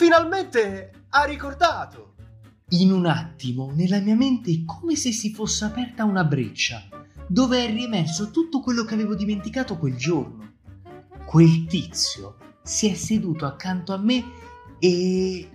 Finalmente ha ricordato! In un attimo, nella mia mente è come se si fosse aperta una breccia, dove è riemerso tutto quello che avevo dimenticato quel giorno. Quel tizio si è seduto accanto a me e...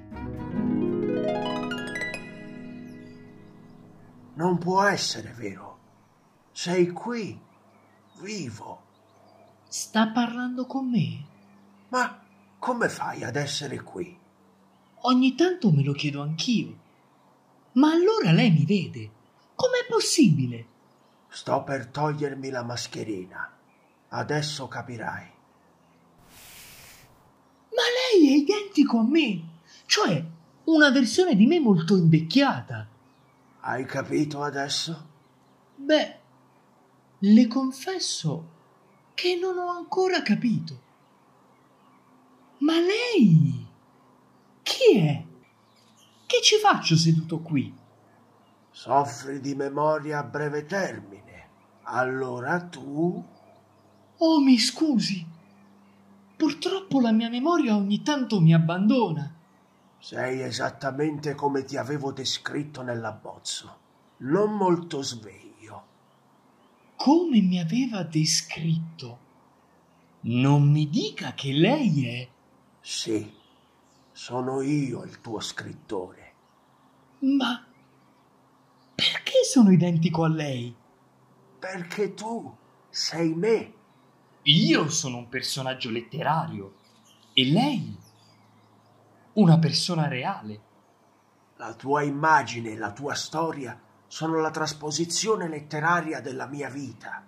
Non può essere vero. Sei qui, vivo. Sta parlando con me? Ma come fai ad essere qui? Ogni tanto me lo chiedo anch'io. Ma allora lei mi vede? Com'è possibile? Sto per togliermi la mascherina. Adesso capirai. Ma lei è identico a me, cioè una versione di me molto invecchiata. Hai capito adesso? Beh, le confesso che non ho ancora capito. Ma lei chi è? Che ci faccio seduto qui? Soffri di memoria a breve termine. Allora tu... Oh, mi scusi. Purtroppo la mia memoria ogni tanto mi abbandona. Sei esattamente come ti avevo descritto nell'abbozzo. Non molto sveglio. Come mi aveva descritto? Non mi dica che lei è... Sì, sono io il tuo scrittore. Ma perché sono identico a lei? Perché tu sei me. Io sono un personaggio letterario e lei una persona reale. La tua immagine e la tua storia sono la trasposizione letteraria della mia vita.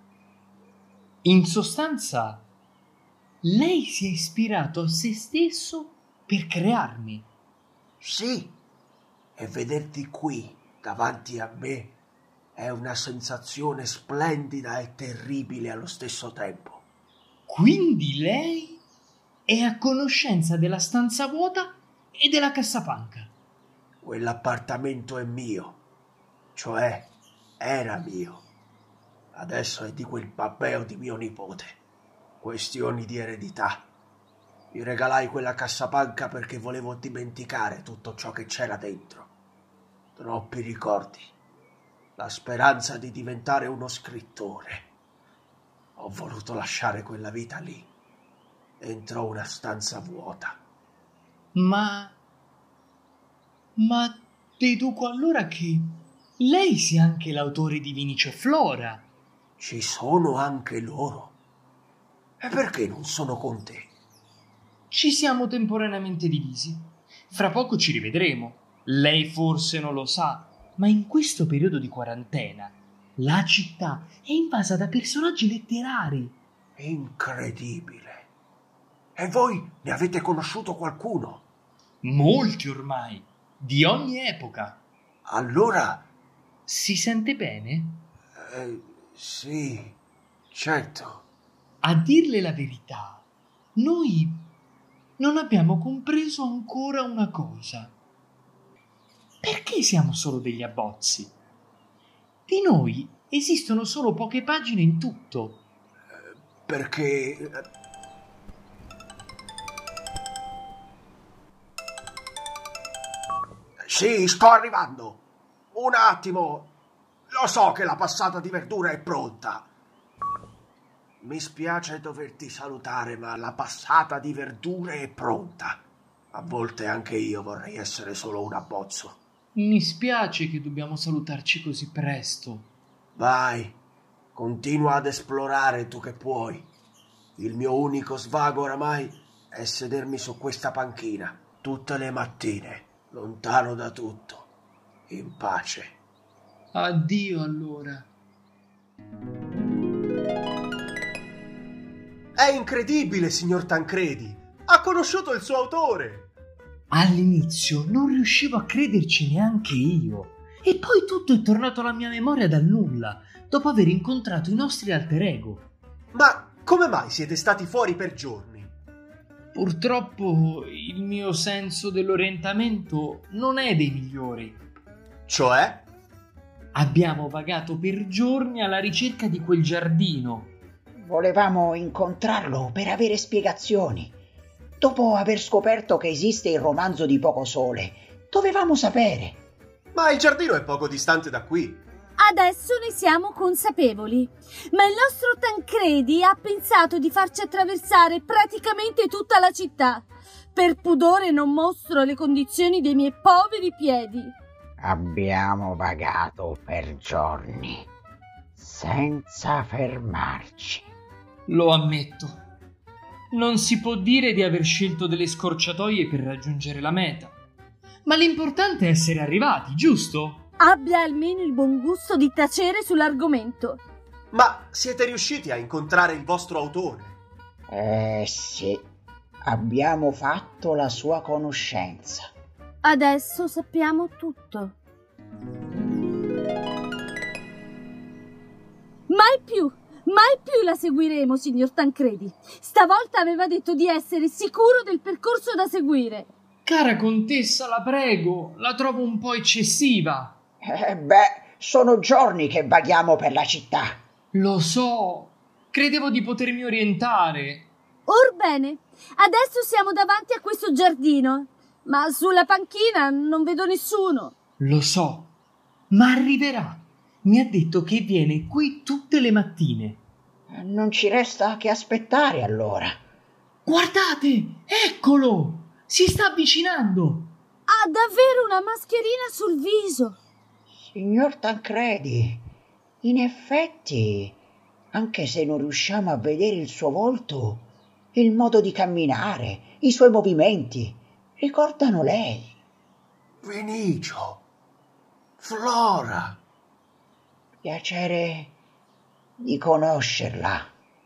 In sostanza, lei si è ispirato a se stesso per crearmi. Sì, e vederti qui davanti a me è una sensazione splendida e terribile allo stesso tempo. Quindi lei è a conoscenza della stanza vuota e della cassapanca. Quell'appartamento è mio, cioè era mio. Adesso è di quel babbeo di mio nipote. Questioni di eredità. Mi regalai quella cassapanca perché volevo dimenticare tutto ciò che c'era dentro. Troppi ricordi. La speranza di diventare uno scrittore. Ho voluto lasciare quella vita lì, dentro una stanza vuota. Ma deduco allora che lei sia anche l'autore di Vinicio e Flora. Ci sono anche loro. E perché non sono con te? Ci siamo temporaneamente divisi. Fra poco ci rivedremo. Lei forse non lo sa, ma in questo periodo di quarantena la città è invasa da personaggi letterari. Incredibile. E voi ne avete conosciuto qualcuno? Molti ormai, di ogni epoca. Allora... Si sente bene? Sì, certo. A dirle la verità, noi non abbiamo compreso ancora una cosa. Perché siamo solo degli abbozzi? Di noi esistono solo poche pagine in tutto. Perché... Sì, sto arrivando. Un attimo. Lo so che la passata di verdura è pronta. Mi spiace doverti salutare, ma la passata di verdure è pronta. A volte anche io vorrei essere solo un abbozzo. Mi spiace che dobbiamo salutarci così presto. Vai, continua ad esplorare tu che puoi. Il mio unico svago oramai è sedermi su questa panchina tutte le mattine, lontano da tutto, in pace. Addio allora. È incredibile, signor Tancredi! Ha conosciuto il suo autore! All'inizio non riuscivo a crederci neanche io. E poi tutto è tornato alla mia memoria dal nulla, dopo aver incontrato i nostri alter ego. Ma come mai siete stati fuori per giorni? Purtroppo il mio senso dell'orientamento non è dei migliori. Cioè? Abbiamo vagato per giorni alla ricerca di quel giardino. Volevamo incontrarlo per avere spiegazioni. Dopo aver scoperto che esiste il romanzo di Pocosole, dovevamo sapere. Ma il giardino è poco distante da qui. Adesso ne siamo consapevoli, ma il nostro Tancredi ha pensato di farci attraversare praticamente tutta la città. Per pudore non mostro le condizioni dei miei poveri piedi. Abbiamo vagato per giorni, senza fermarci. Lo ammetto. Non si può dire di aver scelto delle scorciatoie per raggiungere la meta. Ma l'importante è essere arrivati, giusto? Abbia almeno il buon gusto di tacere sull'argomento. Ma siete riusciti a incontrare il vostro autore? Sì, abbiamo fatto la sua conoscenza. Adesso sappiamo tutto. Mai più la seguiremo, signor Tancredi. Stavolta aveva detto di essere sicuro del percorso da seguire. Cara contessa, la prego, la trovo un po' eccessiva. Sono giorni che vaghiamo per la città. Lo so, credevo di potermi orientare. Orbene, adesso siamo davanti a questo giardino, ma sulla panchina non vedo nessuno. Lo so, ma arriverà. Mi ha detto che viene qui tutte le mattine. Non ci resta che aspettare allora. Guardate, eccolo! Si sta avvicinando. Ha davvero una mascherina sul viso. Signor Tancredi, in effetti, anche se non riusciamo a vedere il suo volto, il modo di camminare, i suoi movimenti, ricordano lei. Vinicio, Flora. Piacere di conoscerla.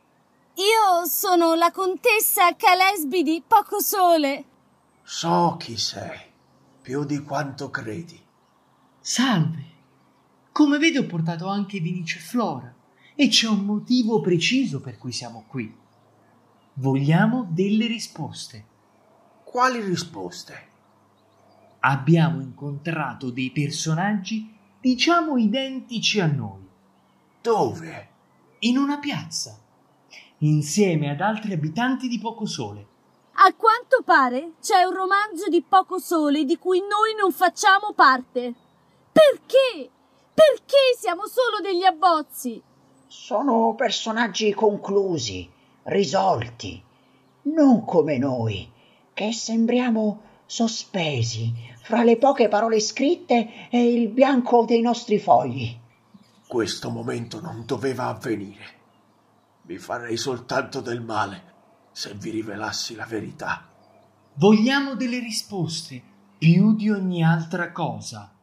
Io sono la contessa Calesbi di Pocosole. So chi sei, più di quanto credi. Salve. Come vede ho portato anche Vinicio e Flora e c'è un motivo preciso per cui siamo qui. Vogliamo delle risposte. Quali risposte? Abbiamo incontrato dei personaggi, diciamo, identici a noi. Dove? In una piazza, insieme ad altri abitanti di Pocosole. A quanto pare c'è un romanzo di Pocosole di cui noi non facciamo parte. Perché? Perché siamo solo degli abbozzi? Sono personaggi conclusi, risolti, non come noi, che sembriamo sospesi fra le poche parole scritte e il bianco dei nostri fogli. Questo momento non doveva avvenire. Vi farei soltanto del male se vi rivelassi la verità. Vogliamo delle risposte più di ogni altra cosa.